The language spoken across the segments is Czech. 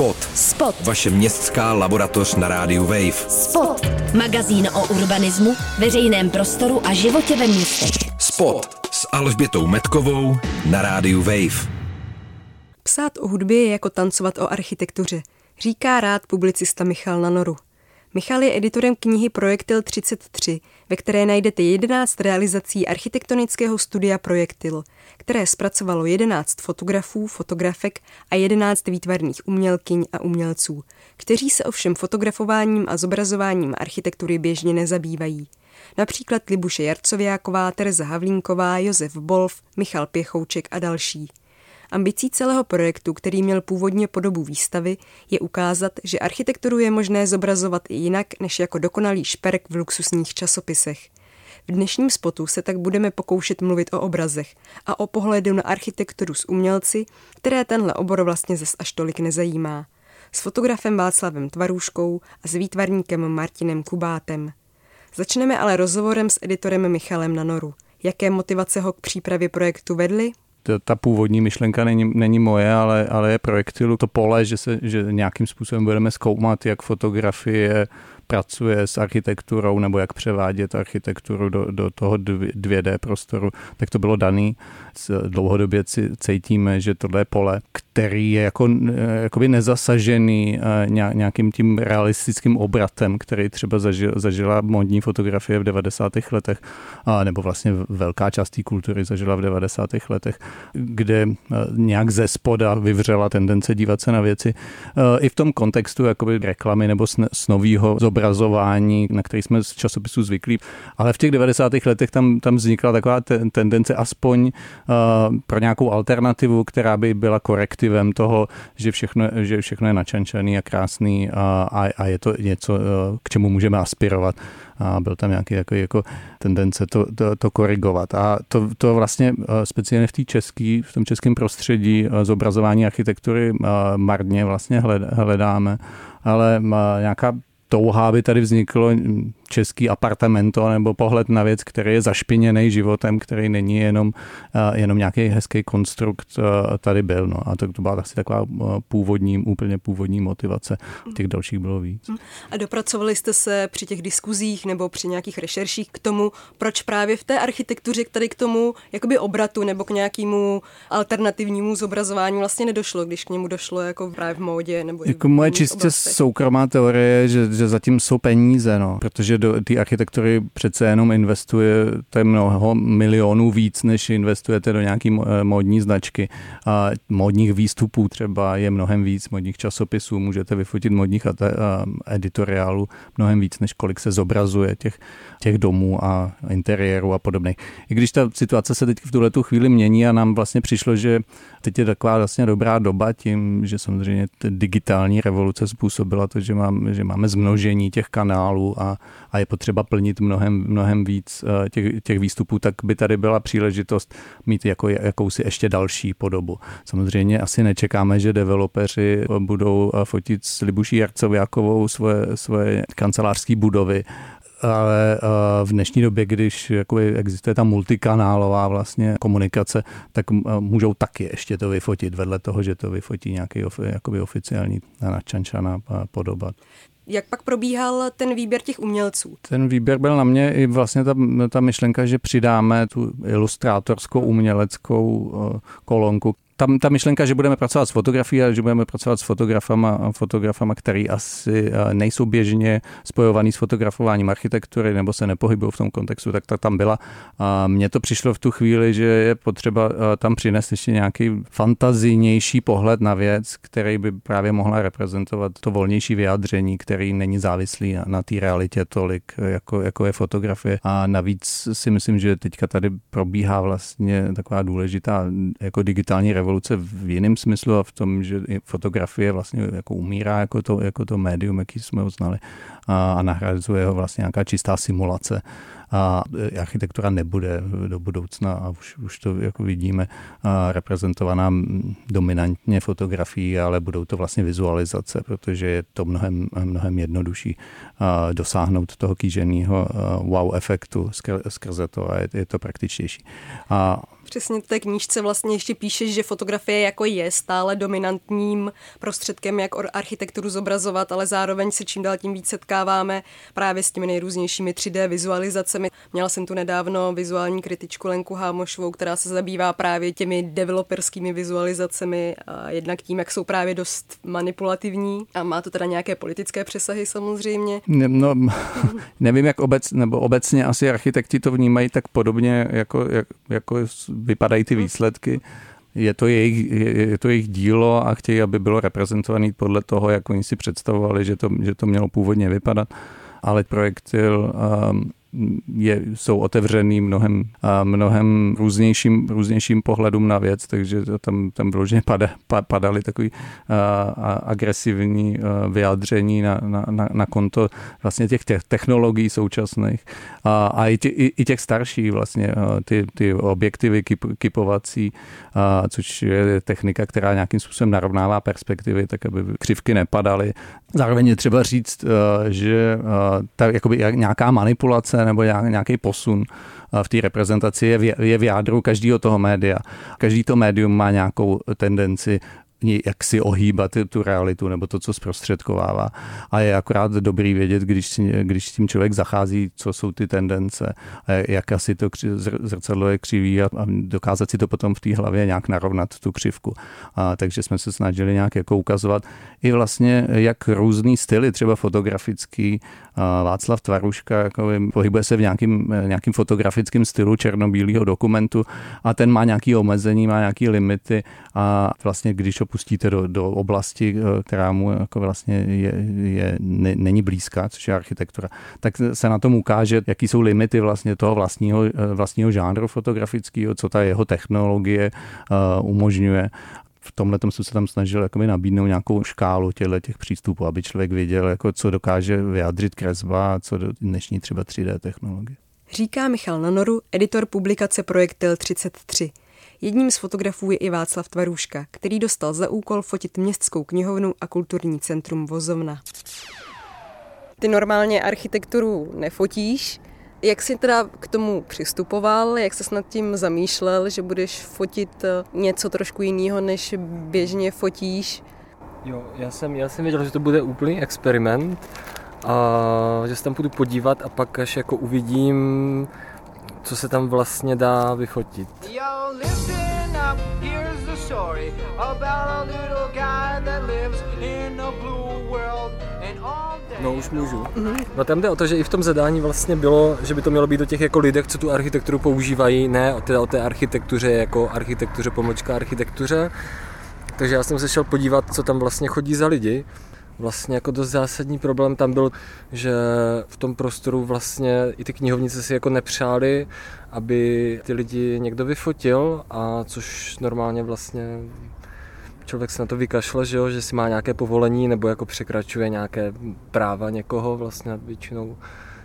Spot. Vaše městská laboratoř na rádiu Wave. Spot. Magazín o urbanismu, veřejném prostoru a životě ve městech. Spot s Alžbětou Metkovou na rádiu Wave. Psát o hudbě je jako tancovat o architektuře, říká rád publicista Michal Nanoru. Michal je editorem knihy Projektil 33, ve které najdete 11 realizací architektonického studia Projektil, které zpracovalo 11 fotografů, fotografek a 11 výtvarných umělkyň a umělců, kteří se ovšem fotografováním a zobrazováním architektury běžně nezabývají. Například Libuše Jarcovějáková, Tereza Havlínková, Josef Bolf, Michal Pěchouček a další. Ambicí celého projektu, který měl původně podobu výstavy, je ukázat, že architekturu je možné zobrazovat i jinak než jako dokonalý šperk v luxusních časopisech. V dnešním spotu se tak budeme pokoušet mluvit o obrazech a o pohledu na architekturu s umělci, které tenhle obor vlastně zas až tolik nezajímá. S fotografem Václavem Tvarůškou a s výtvarníkem Martinem Kubátem. Začneme ale rozhovorem s editorem Michalem Nanoru. Jaké motivace ho k přípravě projektu vedly? Ta původní myšlenka není moje, ale je Projektilu to pole, že nějakým způsobem budeme zkoumat, jak fotografie pracuje s architekturou nebo jak převádět architekturu do toho 2D prostoru, tak to bylo daný. Dlouhodobě cítíme, že tohle je pole, který je jakoby nezasažený nějakým tím realistickým obratem, který třeba zažila módní fotografie v 90. letech, nebo vlastně velká část té kultury zažila v 90. letech, kde nějak ze spoda vyvřela tendence dívat se na věci. I v tom kontextu jakoby reklamy nebo snovýho zobrazování, na který jsme z časopisů zvyklí. Ale v těch 90. letech tam vznikla taková tendence aspoň pro nějakou alternativu, která by byla korektivem toho, že všechno je načančaný a krásný a je to něco, k čemu můžeme aspirovat. A byl tam nějaký jako tendence to korigovat. A to vlastně speciálně v tom českém prostředí zobrazování architektury marně vlastně hledáme, ale nějaká touha, aby tady vzniklo český apartamento nebo pohled na věc, který je zašpiněný životem, který není jenom nějaký hezký konstrukt, tady byl. No. A to byla asi taková úplně původní motivace. Těch dalších bylo víc. A dopracovali jste se při těch diskuzích nebo při nějakých rešerších k tomu, proč právě v té architektuře tady k tomu jakoby obratu nebo k nějakému alternativnímu zobrazování vlastně nedošlo, když k němu došlo jako právě v módě nebo jako moje čistě soukromá teorie je, že zatím jsou peníze, no, protože do té architektury přece jenom investujete mnoho milionů víc, než investujete do nějaký módní značky. A módních výstupů třeba je mnohem víc, módních časopisů, můžete vyfotit módních editoriálů mnohem víc, než kolik se zobrazuje těch domů a interiérů a podobných. I když ta situace se teď v tuhletu chvíli mění a nám vlastně přišlo, že teď je taková vlastně dobrá doba tím, že samozřejmě digitální revoluce způsobila to, že máme zmnožení těch kanálů a je potřeba plnit mnohem víc těch výstupů, tak by tady byla příležitost mít jakousi ještě další podobu. Samozřejmě asi nečekáme, že developeři budou fotit s Libuší Jarcovějákovou svoje kancelářské budovy, ale v dnešní době, když existuje ta multikanálová vlastně komunikace, tak můžou taky ještě to vyfotit vedle toho, že to vyfotí nějaký oficiální načančaná podoba. Jak pak probíhal ten výběr těch umělců? Ten výběr byl na mě i vlastně ta myšlenka, že přidáme tu ilustrátorskou uměleckou kolonku. Ta myšlenka, že budeme pracovat s fotografií a že budeme pracovat s fotografama, který asi nejsou běžně spojovaný s fotografováním architektury nebo se nepohybují v tom kontextu, tak ta tam byla. A mně to přišlo v tu chvíli, že je potřeba tam přinést ještě nějaký fantazijnější pohled na věc, který by právě mohla reprezentovat to volnější vyjádření, který není závislý na té realitě tolik, jako je fotografie. A navíc si myslím, že teďka tady probíhá vlastně taková důležitá jako digitální revoluce v jiném smyslu a v tom, že fotografie vlastně jako umírá jako to médium, jaký jsme ho znali a nahrazuje ho vlastně nějaká čistá simulace. A architektura nebude do budoucna a už to jako vidíme reprezentovaná dominantně fotografií, ale budou to vlastně vizualizace, protože je to mnohem jednodušší dosáhnout toho kýženého wow efektu skrze to a je to praktičtější. Přesně v té knížce vlastně ještě píšeš, že fotografie jako je stále dominantním prostředkem, jak architekturu zobrazovat, ale zároveň se čím dál tím víc setkáváme právě s těmi nejrůznějšími 3D vizualizacemi. Měla jsem tu nedávno vizuální kritičku Lenku Hámošovou, která se zabývá právě těmi developerskými vizualizacemi a jednak tím, jak jsou právě dost manipulativní a má to teda nějaké politické přesahy samozřejmě. No, nevím, jak obecně asi architekti to vnímají tak podobně, jako vypadají ty výsledky. Je to jejich dílo a chtějí, aby bylo reprezentované podle toho, jak oni si představovali, že to mělo původně vypadat. Ale Projektil jsou otevřený mnohem různějším pohledům na věc, takže tam vyloženě padaly takový agresivní vyjádření na konto vlastně těch technologií současných a i těch starších vlastně, ty objektivy kipovací, což je technika, která nějakým způsobem narovnává perspektivy, tak aby křivky nepadaly. Zároveň je třeba říct, že jakoby nějaká manipulace nebo nějaký posun v té reprezentaci je v jádru každého toho média. Každý to médium má nějakou tendenci jak si ohýbat tu realitu nebo to, co zprostředkovává. A je akorát dobrý vědět, když s tím člověk zachází, co jsou ty tendence, jak asi to zrcadlo je křivý a dokázat si to potom v té hlavě nějak narovnat tu křivku. Takže jsme se snažili nějak jako ukazovat i vlastně, jak různý styly, třeba fotografický, Václav Tvaruška jako pohybuje se v nějakým fotografickým stylu černobílého dokumentu a ten má nějaké omezení, má nějaké limity a vlastně když ho pustíte do oblasti, která mu jako vlastně není blízká, což je architektura, tak se na tom ukáže, jaký jsou limity vlastně toho vlastního žánru fotografického, co ta jeho technologie umožňuje. V tomhletom jsem se tam snažil nabídnout nějakou škálu těch přístupů, aby člověk věděl, co dokáže vyjádřit kresba a co do dnešní třeba 3D technologie. Říká Michal Nanoru, editor publikace Projektil 33. Jedním z fotografů je i Václav Tvaruška, který dostal za úkol fotit Městskou knihovnu a kulturní centrum Vozovna. Ty normálně architekturu nefotíš. Jak jsi teda k tomu přistupoval, jak ses nad tím zamýšlel, že budeš fotit něco trošku jiného, než běžně fotíš? Jo, já jsem věděl, že to bude úplný experiment a že se tam půjdu podívat a pak až jako uvidím, co se tam vlastně dá vyfotit. Yo, listen up, here's the story about a little guy that lives in a blue world and all day. No už můžu. No tam jde o to, že i v tom zadání vlastně bylo, že by to mělo být o těch jako lidech, co tu architekturu používají, ne o té architektuře jako architektuře pomlčka architektuře. Takže já jsem se šel podívat, co tam vlastně chodí za lidi. Vlastně jako dost zásadní problém tam byl, že v tom prostoru vlastně i ty knihovnice si jako nepřáli, aby ty lidi někdo vyfotil, a což normálně vlastně člověk se na to vykašle, že si má nějaké povolení nebo jako překračuje nějaké práva někoho vlastně většinou.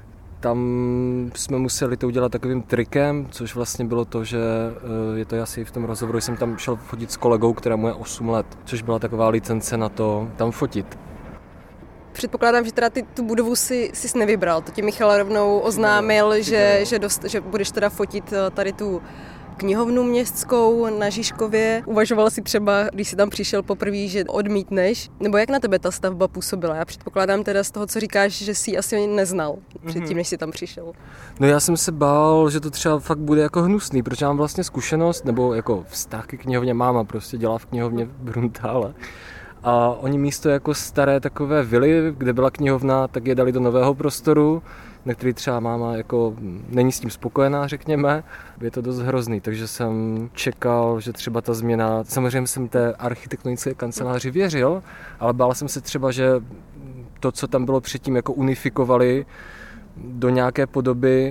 Tam jsme museli to udělat takovým trikem, což vlastně bylo to, že je to asi v tom rozhovoru, jsem tam šel fotit s kolegou, kterému je 8 let, což byla taková licence na to tam fotit. Předpokládám, že teda tu budovu si nevybral, to ti Michal rovnou oznámil, že budeš teda fotit tady tu knihovnu městskou na Žižkově. Uvažoval si třeba, když jsi tam přišel poprvé, že odmítneš? Nebo jak na tebe ta stavba působila? Já předpokládám teda z toho, co říkáš, že jsi ji asi neznal předtím, než jsi tam přišel. No já jsem se bál, že to třeba fakt bude jako hnusný, protože mám vlastně zkušenost, nebo jako vztah ke knihovně, máma prostě dělá v knihovně v Bruntále. A oni místo jako staré takové vily, kde byla knihovna, tak je dali do nového prostoru, na který třeba máma jako není s tím spokojená, řekněme. Je to dost hrozný, takže jsem čekal, že třeba ta změna, samozřejmě jsem té architektonické kanceláři věřil, ale bál jsem se třeba, že to, co tam bylo předtím, jako unifikovali do nějaké podoby,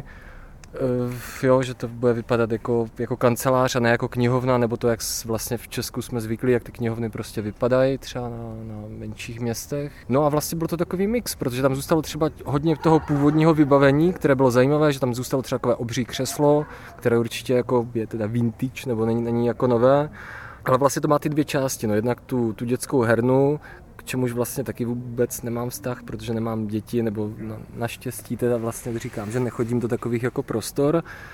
že to bude vypadat jako kancelář a ne jako knihovna, nebo to, jak vlastně v Česku jsme zvyklí, jak ty knihovny prostě vypadají třeba na menších městech. No a vlastně byl to takový mix, protože tam zůstalo třeba hodně toho původního vybavení, které bylo zajímavé, že tam zůstalo třeba takové obří křeslo, které určitě jako je teda vintage, nebo není jako nové. Ale vlastně to má ty dvě části, jednak tu dětskou hernu, k čemuž vlastně taky vůbec nemám vztah, protože nemám děti, nebo naštěstí teda vlastně říkám, že nechodím do takových jako prostor.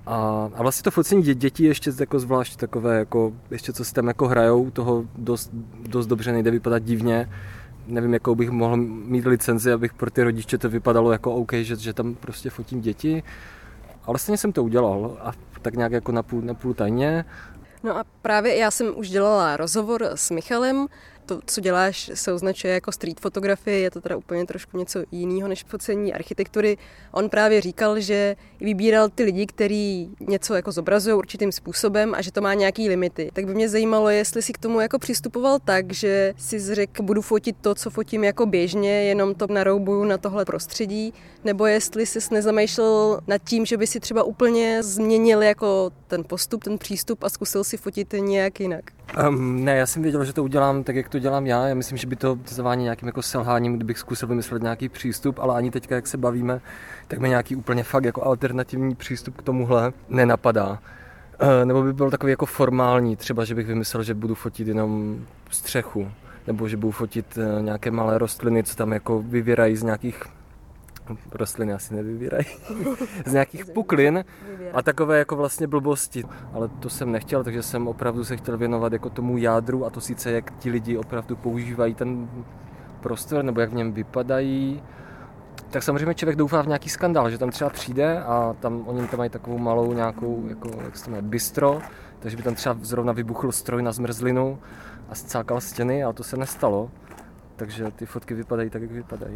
A vlastně to focení dětí ještě jako zvlášť takové, jako, ještě co si tam jako hrajou, toho dost dobře nejde vypadat divně. Nevím, jakou bych mohl mít licenzi, abych pro ty rodiče to vypadalo jako OK, že tam prostě fotím děti. Ale stejně jsem to udělal a tak nějak jako napůl tajně. No a právě já jsem už dělala rozhovor s Michalem. To, co děláš, se označuje jako street fotografie, je to teda úplně trošku něco jiného než focení architektury. On právě říkal, že vybíral ty lidi, kteří něco jako zobrazují určitým způsobem a že to má nějaký limity. Tak by mě zajímalo, jestli si k tomu jako přistupoval tak, že si řekl, budu fotit to, co fotím jako běžně, jenom to naroubuju na tohle prostředí, nebo jestli jsi nezamýšlel nad tím, že by si třeba úplně změnil jako ten postup, ten přístup a zkusil si fotit nějak jinak. Ne, já jsem věděl, že to udělám tak, jak to dělám já. Já myslím, že by to zavání nějakým jako selháním, kdybych zkusil vymyslet nějaký přístup, ale ani teďka, jak se bavíme, tak mi nějaký úplně fakt jako alternativní přístup k tomuhle nenapadá. Nebo by byl takový jako formální, třeba, že bych vymyslel, že budu fotit jenom střechu, nebo že budu fotit nějaké malé rostliny, co tam jako vyvírají z nějakých rostliny asi nevyvírají, z nějakých puklin a takové jako vlastně blbosti. Ale to jsem nechtěl, takže jsem opravdu se chtěl věnovat jako tomu jádru a to sice, jak ti lidi opravdu používají ten prostor nebo jak v něm vypadají. Tak samozřejmě člověk doufá v nějaký skandál, že tam třeba přijde a oni tam mají takovou malou nějakou, jako, jak se to jmenuje, bistro, takže by tam třeba zrovna vybuchl stroj na zmrzlinu a scákal stěny a to se nestalo. Takže ty fotky vypadají tak, jak vypadají.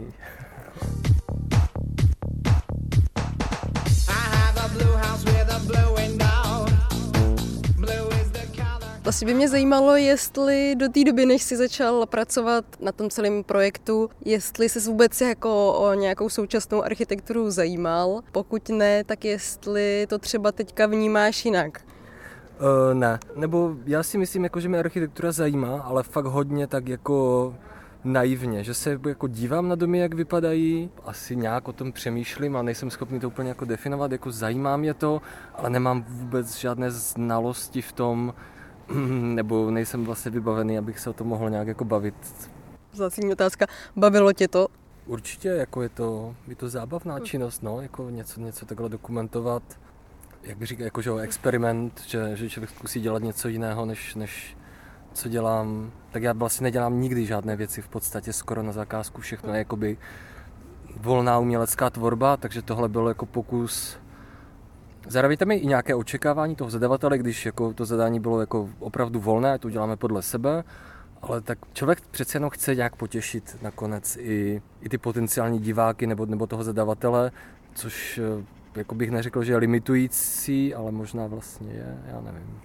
Asi by mě zajímalo, jestli do té doby, než jsi začal pracovat na tom celém projektu, jestli jsi vůbec jako o nějakou současnou architekturu zajímal. Pokud ne, tak jestli to třeba teďka vnímáš jinak. Ne, nebo já si myslím, jako, že mě architektura zajímá, ale fakt hodně tak jako naivně, že se jako dívám na domy, jak vypadají, asi nějak o tom přemýšlím a nejsem schopný to úplně jako definovat, jako zajímá mě to, ale nemám vůbec žádné znalosti v tom, nebo nejsem vlastně vybavený, abych se o tom mohl nějak jako bavit. Vzácná otázka, bavilo tě to? Určitě, jako je to zábavná činnost, no, jako něco takhle dokumentovat, jak bych říkal, jako že experiment, že člověk zkusí dělat něco jiného, než co dělám, tak já vlastně nedělám nikdy žádné věci, v podstatě skoro na zakázku, všechno je jakoby volná umělecká tvorba, takže tohle bylo jako pokus. Zároveň tam je i nějaké očekávání toho zadavatele, když jako to zadání bylo jako opravdu volné, a to děláme podle sebe, ale tak člověk přece jenom chce nějak potěšit nakonec i ty potenciální diváky nebo toho zadavatele, což jako bych neřekl, že je limitující, ale možná vlastně je, já nevím.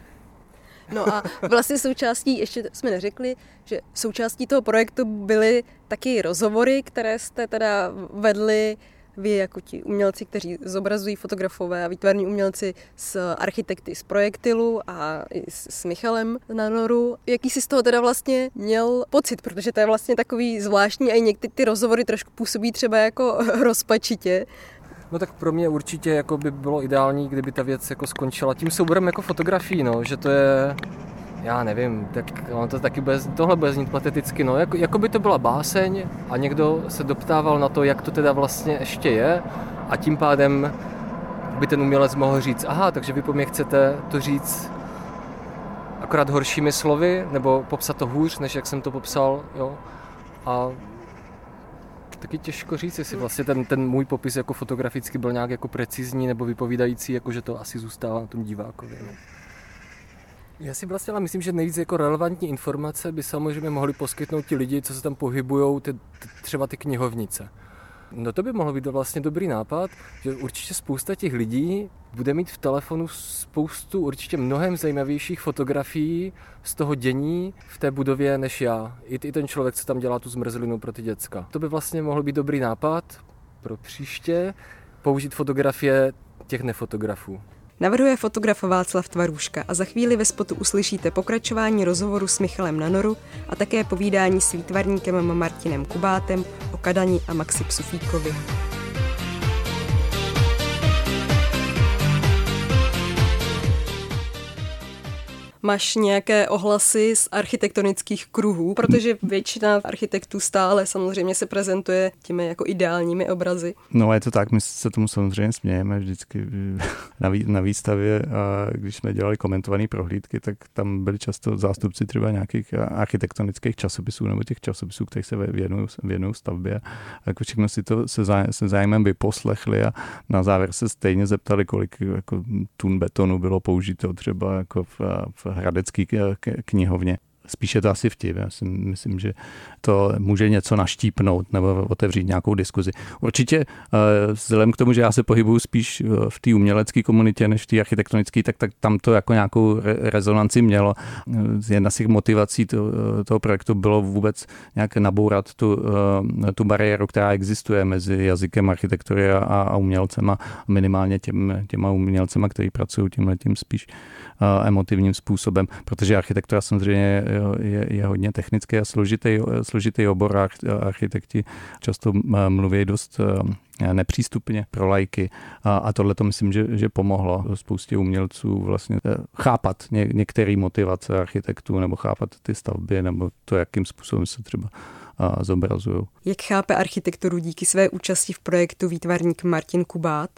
No a vlastně součástí, ještě jsme neřekli, že součástí toho projektu byly taky rozhovory, které jste teda vedli vy jako ti umělci, kteří zobrazují, fotografové a výtvarní umělci s architekty z Projektilu a i s Michalem na Noru. Jaký jsi z toho teda vlastně měl pocit, protože to je vlastně takový zvláštní a i některé ty rozhovory trošku působí třeba jako rozpačitě. No tak pro mě určitě jako by bylo ideální, kdyby ta věc jako skončila tím souborem jako fotografií, no, že to je, já nevím, tak to taky tohle bude znít pateticky, no, jako by to byla báseň a někdo se doptával na to, jak to teda vlastně ještě je a tím pádem by ten umělec mohl říct, aha, takže vy po mně chcete to říct akorát horšími slovy, nebo popsat to hůř, než jak jsem to popsal, jo, a taky těžko říct, jestli vlastně ten můj popis jako fotograficky byl nějak jako precizní nebo vypovídající, jako že to asi zůstává na tom divákovi. No. Já si vlastně ale myslím, že nejvíc jako relevantní informace by samozřejmě mohli poskytnout ti lidi, co se tam pohybujou, třeba ty knihovnice. No to by mohlo být vlastně dobrý nápad, že určitě spousta těch lidí bude mít v telefonu spoustu určitě mnohem zajímavějších fotografií z toho dění v té budově než já. I ten člověk, co tam dělá tu zmrzlinu pro ty děcka. To by vlastně mohl být dobrý nápad pro příště použít fotografie těch nefotografů. Navrhuje fotograf Václav Tvarůška a za chvíli ve spotu uslyšíte pokračování rozhovoru s Michalem na Noru a také povídání s výtvarníkem Martinem Kubátem o Kadani a Maxi Psufíkovi. Máš nějaké ohlasy z architektonických kruhů, protože většina architektů stále samozřejmě se prezentuje těmi jako ideálními obrazy. No je to tak, my se tomu samozřejmě smějeme vždycky na výstavě, a když jsme dělali komentované prohlídky, tak tam byli často zástupci třeba nějakých architektonických časopisů nebo těch časopisů, které se věnují stavbě. Jako všechno si to se zájmem vyposlechli a na závěr se stejně zeptali, kolik jako tun betonu bylo použito třeba jako v hradecké knihovně. Spíše to asi vtip. Já si myslím, že to může něco naštípnout nebo otevřít nějakou diskuzi. Určitě vzhledem k tomu, že já se pohybuju spíš v té umělecké komunitě než v té architektonické, tak tam to jako nějakou rezonanci mělo. Jedna z těch motivací toho projektu bylo vůbec nějak nabourat tu bariéru, která existuje mezi jazykem architektury a umělcema, minimálně těma umělcema, kteří pracují tímhletím spíš emotivním způsobem, protože architektura samozřejmě je hodně technický a složitý obor a architekti často mluví dost nepřístupně pro laiky a tohle to myslím, že pomohlo spoustě umělců vlastně chápat některé motivace architektů nebo chápat ty stavby nebo to, jakým způsobem se třeba zobrazují. Jak chápe architekturu díky své účasti v projektu výtvarník Martin Kubát?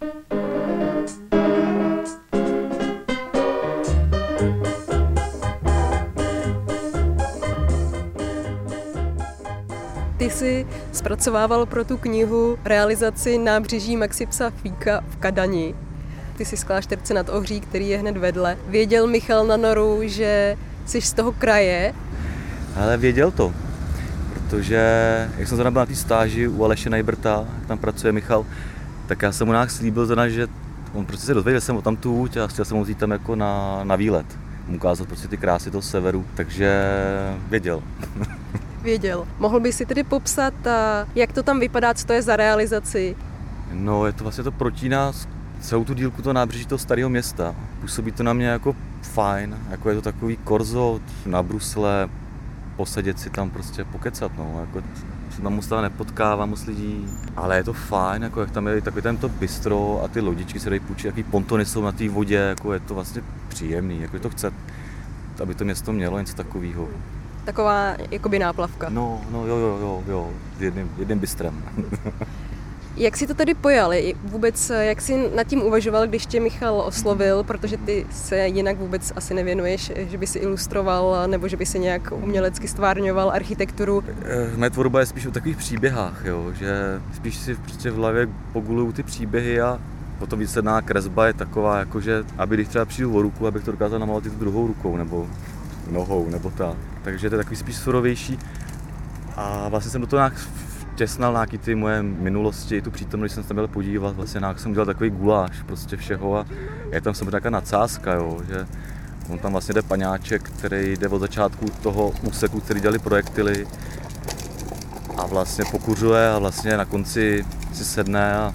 Ty jsi zpracovával pro tu knihu realizaci nábřeží Maxipsa Fíka v Kadani. Ty jsi z Klášterce nad Ohří, který je hned vedle. Věděl Michal na Noru, že jsi z toho kraje? Ale věděl to, protože jak jsem zrovna byl na té stáži u Aleše Najbrta, tam pracuje Michal, tak já jsem mu nějak slíbil, že on prostě se dozvěděl, že jsem odtamtud a chtěl jsem ho vzít tam jako na výlet. Mu ukázat prostě ty krásy toho severu, takže věděl. Věděl. Mohl by si tedy popsat, jak to tam vypadá, co to je za realizaci? No, je to vlastně to protíná celou tu dílku toho nábřeží toho starého města. Působí to na mě jako fajn, jako je to takový korzo na brusle, posedět si tam prostě pokecat, no, jako se tam moc nepotkává moc lidí, ale je to fajn, jako jak tam je takový tam to bistro a ty lodičky se dají půjčit, jaký pontony jsou na té vodě, jako je to vlastně příjemný, jako je to chce, aby to město mělo něco takového. Taková jakoby náplavka. No, jo, jedním bistrem. Jak jsi to tedy pojal? Vůbec, jak jsi nad tím uvažoval, když tě Michal oslovil, protože ty se jinak vůbec asi nevěnuješ, že by si ilustroval nebo že by si nějak umělecky stvárňoval architekturu? Moje tvorba je spíš o takových příběhách, jo, že spíš si prostě v hlavě poguluju ty příběhy a potom výsledná kresba je taková, jakože, aby když třeba přijdu o ruku, abych to dokázal namalovat i tu druhou rukou nebo nohou nebo tak. Takže to je takový spíš surovější a vlastně jsem do toho nějak vtěsnal nějaký ty moje minulosti, tu přítomnost, když jsem se tam byl podívat, vlastně nějak jsem udělal takový guláš prostě všeho a je tam samozřejmě taková nadsázka, jo, že on tam vlastně jde paňáček, který jde od začátku toho úseku, který dělali projektily a vlastně pokuřuje a vlastně na konci si sedne a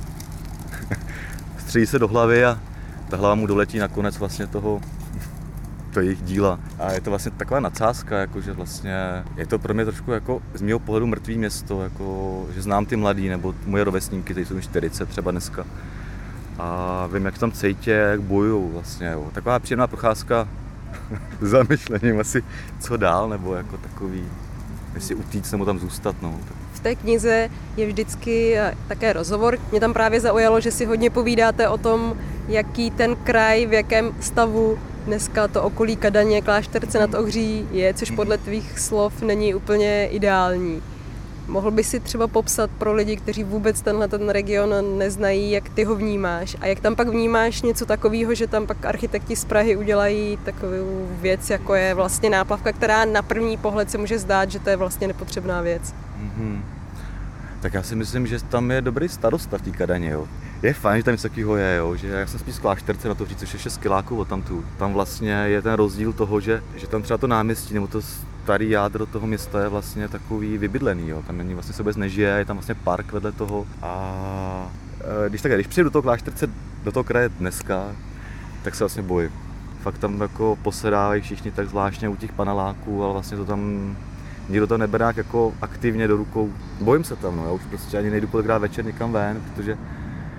střílí se do hlavy a ta hlava mu doletí na konec vlastně toho jejich díla. A je to vlastně taková nadsázka, jako, že vlastně je to pro mě trošku jako z mého pohledu mrtvý město, jako, že znám ty mladý nebo moje rovesníky, kteří jsou 40 třeba dneska. A vím, jak tam cítě, jak bojujou vlastně. Jo. Taková příjemná procházka s zamyšlením asi, co dál, nebo jako takový, jestli utíct nebo tam zůstat. No. V té knize je vždycky také rozhovor. Mě tam právě zaujalo, že si hodně povídáte o tom, jaký ten kraj, v jakém stavu dneska to okolí Kadaně, Klášterce nad Ohří je, což podle tvých slov není úplně ideální. Mohl by si třeba popsat pro lidi, kteří vůbec ten region neznají, jak ty ho vnímáš a jak tam pak vnímáš něco takového, že tam pak architekti z Prahy udělají takovou věc, jako je vlastně náplavka, která na první pohled se může zdát, že to je vlastně nepotřebná věc. Mm-hmm. Tak já si myslím, že tam je dobrý starosta v té Kadaně, jo. Je fajn, že tam něco takového je, jo, že já jsem spíš z Klášterce na to říct, což je 6 kiláků odtamtud. Tam vlastně je ten rozdíl toho, že tam třeba to náměstí nebo to starý jádro toho města je vlastně takový vybydlený, jo. Tam není vlastně se vůbec nežije, je tam vlastně park vedle toho a když přijedu do toho Klášterce, do toho kraje dneska, tak se vlastně bojím. Fakt tam jako posedávají všichni tak zvláštně u těch paneláků, ale vlastně to tam nikdo to nebere jako aktivně do rukou. Bojím se tam, no, já už prostě ani nejdu kolikrát večer někam ven, protože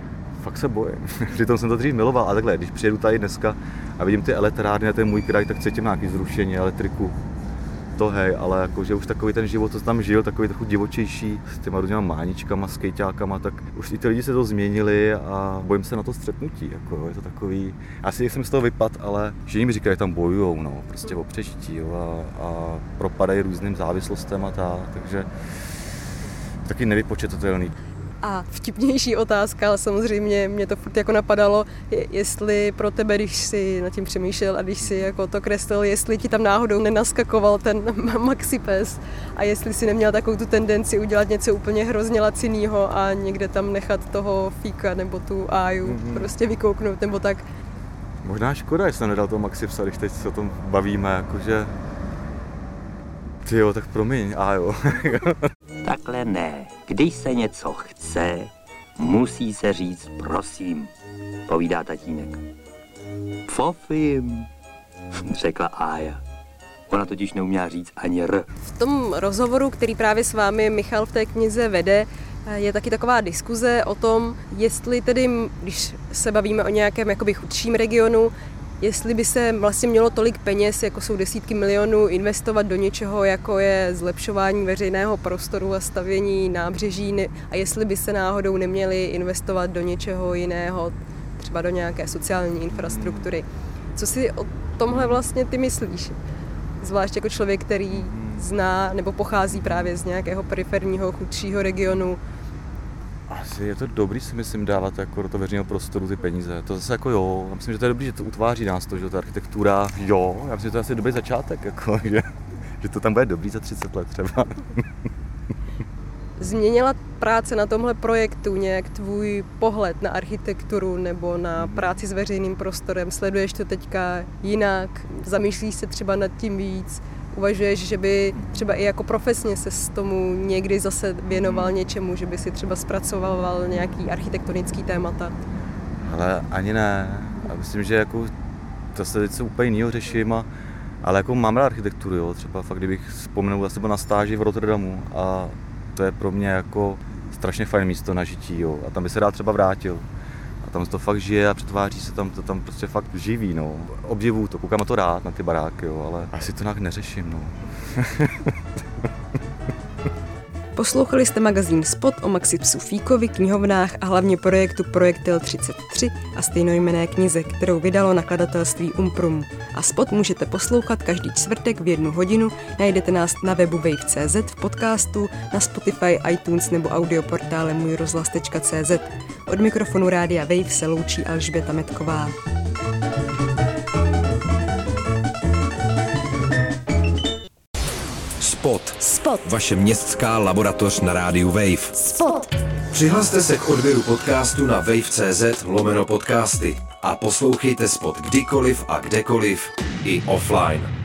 fakt se bojím. Přitom jsem to dřív miloval. A takhle, když přijedu tady dneska a vidím ty elektrárny a ten můj kraj, tak cítím nějaký zrušení, elektriku. To hej, ale jakože už takový ten život, co tam žil, takový trochu divočejší, s těma různýma máničkama, skejťákama, tak už i ty lidi se to změnili a bojím se na to střetnutí, jako je to takový, asi jsem z toho vypad, ale všichni mi říkají, že tam bojujou, no, prostě o přežití, jo, a propadají různým závislostem a takže taky nevypočetatelný. A vtipnější otázka, ale samozřejmě mě to furt jako napadalo, jestli pro tebe, když jsi nad tím přemýšlel a když jsi jako to kreslil, jestli ti tam náhodou nenaskakoval ten maxipes a jestli si neměl takovou tu tendenci udělat něco úplně hrozně lacinýho a někde tam nechat toho fíka nebo tu áju prostě vykouknout nebo tak. Možná škoda, že jsem nedal toho maxipsa, když teď se o tom bavíme, jakože... Tyjo, tak promiň, ájo. Takhle ne. Když se něco chce, musí se říct prosím, povídá tatínek. Fofím, řekla Ája. Ona totiž neuměla říct ani r. V tom rozhovoru, který právě s vámi Michal v té knize vede, je taky taková diskuze o tom, jestli tedy, když se bavíme o nějakém jakoby chudším regionu, jestli by se vlastně mělo tolik peněz, jako jsou desítky milionů, investovat do něčeho, jako je zlepšování veřejného prostoru a stavění nábřeží, a jestli by se náhodou neměli investovat do něčeho jiného, třeba do nějaké sociální infrastruktury. Co si o tomhle vlastně ty myslíš? Zvlášť jako člověk, který zná nebo pochází právě z nějakého periferního, chudšího regionu. Asi je to dobrý, si myslím, dávat jako do toho veřejného prostoru ty peníze. To zase jako jo, já myslím, že to je dobrý, že to utváří nás to, že ta architektura, jo, já myslím, že to je asi dobrý začátek, jako, že to tam bude dobrý za 30 let třeba. Změnila práce na tomhle projektu nějak tvůj pohled na architekturu nebo na práci s veřejným prostorem? Sleduješ to teďka jinak? Zamýšlíš se třeba nad tím víc? Uvažuješ, že by třeba i jako profesně se tomu někdy zase věnoval něčemu, že by si třeba zpracoval nějaký architektonický témata? Ale ani ne. Já myslím, že jako to se teď úplně jinýho řeším, ale jako mám rád architekturu, jo. Třeba fakt, kdybych vzpomenul, já jsem byl na stáži v Rotterdamu a to je pro mě jako strašně fajn místo na žití, jo. A tam by se rád třeba vrátil. A tam se to fakt žije a přetváří se tam, to tam prostě fakt živí, no. Obdivuju to, koukám na to rád, na ty baráky, jo, ale asi to nějak neřeším, no. Poslouchali jste magazín Spot o Maxipsu Fíkovi, knihovnách a hlavně projektu Projektil 33 a stejnojmenné knize, kterou vydalo nakladatelství Umprum. A Spot můžete poslouchat každý čtvrtek v 1 hodinu, najdete nás na webu wave.cz, v podcastu, na Spotify, iTunes nebo audioportále můjrozhlas.cz. Od mikrofonu Rádia Wave se loučí Alžběta Metková. Spot. Vaše městská laboratoř na rádiu Wave. Spot. Přihlaste se k odběru podcastu na wave.cz/podcasty a poslouchejte Spot kdykoliv a kdekoliv i offline.